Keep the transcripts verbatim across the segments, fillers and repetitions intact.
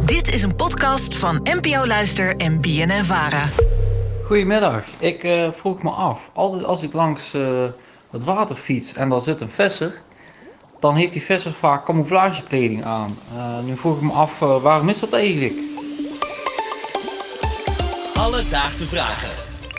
Dit is een podcast van N P O Luister en B N N Vara. Goedemiddag. Ik uh, vroeg me af, altijd als ik langs uh, het water fiets en daar zit een visser, dan heeft die visser vaak camouflagekleding aan. Uh, nu vroeg ik me af, uh, waarom is dat eigenlijk? Alledaagse vragen.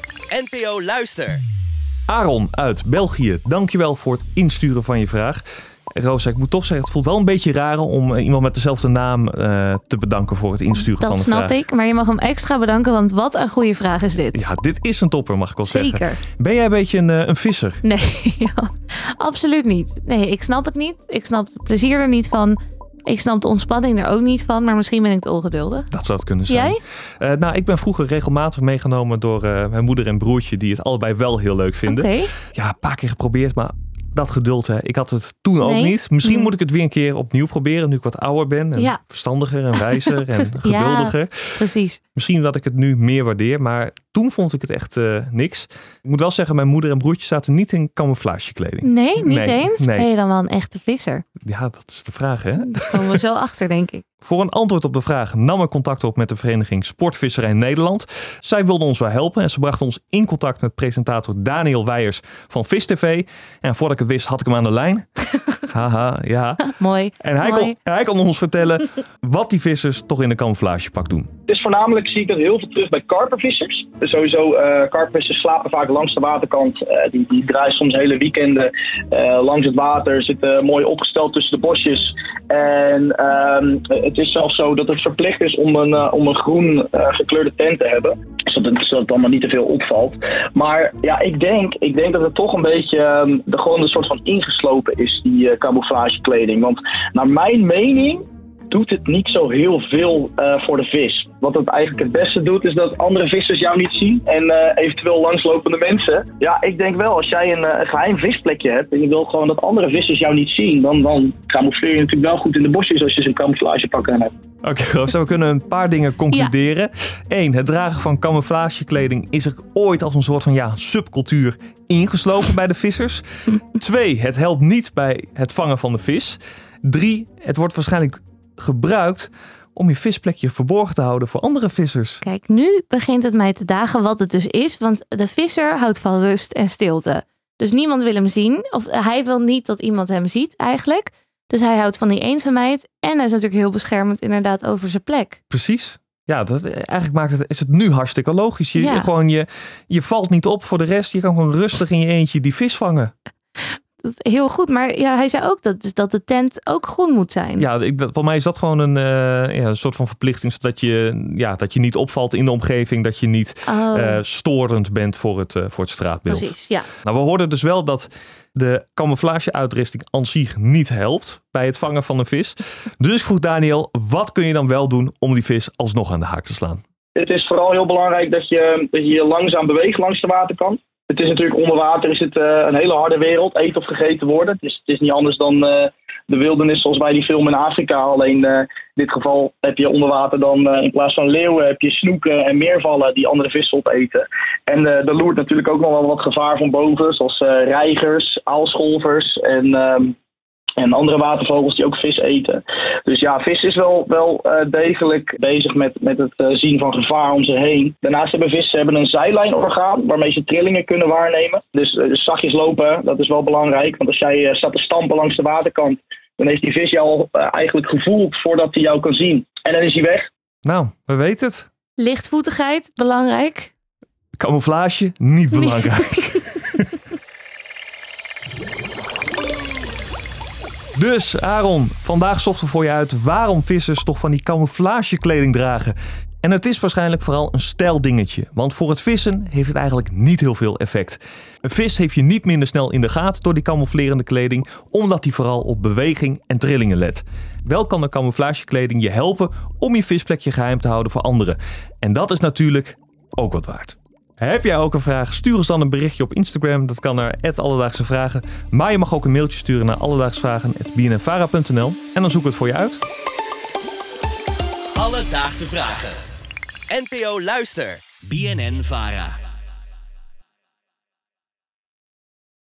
N P O Luister. Aaron uit België, dankjewel voor het insturen van je vraag. Rosa, ik moet toch zeggen, het voelt wel een beetje raar om iemand met dezelfde naam uh, te bedanken voor het insturen dat van de vraag. vraag. Dat snap ik, maar je mag hem extra bedanken, want wat een goede vraag is dit. Ja, dit is een topper, mag ik wel Zeker. zeggen. Ben jij een beetje een, een visser? Nee, ja, absoluut niet. Nee, ik snap het niet. Ik snap het plezier er niet van. Ik snap de ontspanning er ook niet van, maar misschien ben ik te ongeduldig. Dat zou het kunnen zijn. Jij? Uh, nou, ik ben vroeger regelmatig meegenomen door uh, mijn moeder en broertje, die het allebei wel heel leuk vinden. Oké. Okay. Ja, een paar keer geprobeerd, maar dat geduld, hè. Ik had het toen ook nee. niet. Misschien mm. moet ik het weer een keer opnieuw proberen, nu ik wat ouder ben. En ja. verstandiger en wijzer en geduldiger. Ja, precies. Misschien dat ik het nu meer waardeer, maar toen vond ik het echt uh, niks. Ik moet wel zeggen, mijn moeder en broertje zaten niet in camouflagekleding. Nee, niet nee, eens? Nee. Ben je dan wel een echte visser? Ja, dat is de vraag, hè? Daar komen we zo achter, denk ik. Voor een antwoord op de vraag nam ik contact op met de vereniging Sportvisserij Nederland. Zij wilden ons wel helpen en ze brachten ons in contact met presentator Daniel Weijers van Vis T V. En voordat ik het wist, had ik hem aan de lijn. Haha, ja. Mooi. En hij, Mooi. Kon, hij kon ons vertellen wat die vissers toch in een camouflagepak doen. Dus voornamelijk zie ik dat heel veel terug bij karpervissers. Dus sowieso, uh, karpervissers slapen vaak langs de waterkant. Uh, die, die draaien soms hele weekenden uh, langs het water. Zitten mooi opgesteld tussen de bosjes. En uh, het is zelfs zo dat het verplicht is om een, uh, om een groen uh, gekleurde tent te hebben. Zodat het, zodat het allemaal niet te veel opvalt. Maar ja, ik denk, ik denk dat het toch een beetje um, de, gewoon een soort van ingeslopen is, die uh, camouflagekleding. Want naar mijn mening doet het niet zo heel veel uh, voor de vis. Wat het eigenlijk het beste doet, is dat andere vissers jou niet zien en uh, eventueel langslopende mensen. Ja, ik denk wel, als jij een, uh, een geheim visplekje hebt en je wil gewoon dat andere vissers jou niet zien, dan, dan camoufleer je natuurlijk wel goed in de bosjes als je zo'n camouflagepak aan hebt. Oké, okay, Roos, we kunnen een paar dingen concluderen. Eén, ja. Het dragen van camouflagekleding is er ooit als een soort van ja, subcultuur ingeslopen bij de vissers. Twee, het helpt niet bij het vangen van de vis. Drie, het wordt waarschijnlijk gebruikt om je visplekje verborgen te houden voor andere vissers. Kijk, nu begint het mij te dagen wat het dus is. Want de visser houdt van rust en stilte. Dus niemand wil hem zien. Of hij wil niet dat iemand hem ziet eigenlijk. Dus hij houdt van die eenzaamheid. En hij is natuurlijk heel beschermend inderdaad over zijn plek. Precies. Ja, dat, eigenlijk maakt het, is het nu hartstikke logisch. Je, ja. gewoon, je, je valt niet op voor de rest. Je kan gewoon rustig in je eentje die vis vangen. Heel goed, maar ja, hij zei ook dat, dus dat de tent ook groen moet zijn. Ja, ik, dat, voor mij is dat gewoon een, uh, ja, een soort van verplichting, zodat je, ja, dat je niet opvalt in de omgeving, dat je niet oh. uh, storend bent voor het, uh, voor het straatbeeld. Precies, ja. Nou, we hoorden dus wel dat de camouflageuitrusting aan zich niet helpt bij het vangen van een vis. Dus ik vroeg Daniel, wat kun je dan wel doen om die vis alsnog aan de haak te slaan? Het is vooral heel belangrijk dat je dat je langzaam beweegt langs de waterkant. Het is natuurlijk onder water is het uh, een hele harde wereld, eten of gegeten worden. Het is, het is niet anders dan uh, de wildernis zoals wij die filmen in Afrika. Alleen uh, in dit geval heb je onder water dan uh, in plaats van leeuwen heb je snoeken en meervallen die andere vissen opeten. En uh, er loert natuurlijk ook nog wel wat gevaar van boven, zoals uh, reigers, aalscholvers en... Uh, En andere watervogels die ook vis eten. Dus ja, vis is wel, wel uh, degelijk bezig met, met het uh, zien van gevaar om zich heen. Daarnaast hebben vissen hebben een zijlijnorgaan waarmee ze trillingen kunnen waarnemen. Dus, uh, dus zachtjes lopen, dat is wel belangrijk. Want als jij uh, staat te stampen langs de waterkant, dan heeft die vis jou al uh, eigenlijk gevoeld voordat hij jou kan zien. En dan is hij weg. Nou, we weten het. Lichtvoetigheid, belangrijk. Camouflage, niet belangrijk. Nee. Dus Aaron, vandaag zochten we voor je uit waarom vissers toch van die camouflagekleding dragen. En het is waarschijnlijk vooral een stijldingetje, want voor het vissen heeft het eigenlijk niet heel veel effect. Een vis heeft je niet minder snel in de gaten door die camouflerende kleding, omdat die vooral op beweging en trillingen let. Wel kan de camouflagekleding je helpen om je visplekje geheim te houden voor anderen. En dat is natuurlijk ook wat waard. Heb jij ook een vraag? Stuur ons dan een berichtje op Instagram. Dat kan naar at Alledaagse Vragen. Maar je mag ook een mailtje sturen naar alledaagsvragen at b n n vara punt n l. En dan zoeken we het voor je uit. Alledaagse Vragen. N P O Luister. B N N Vara.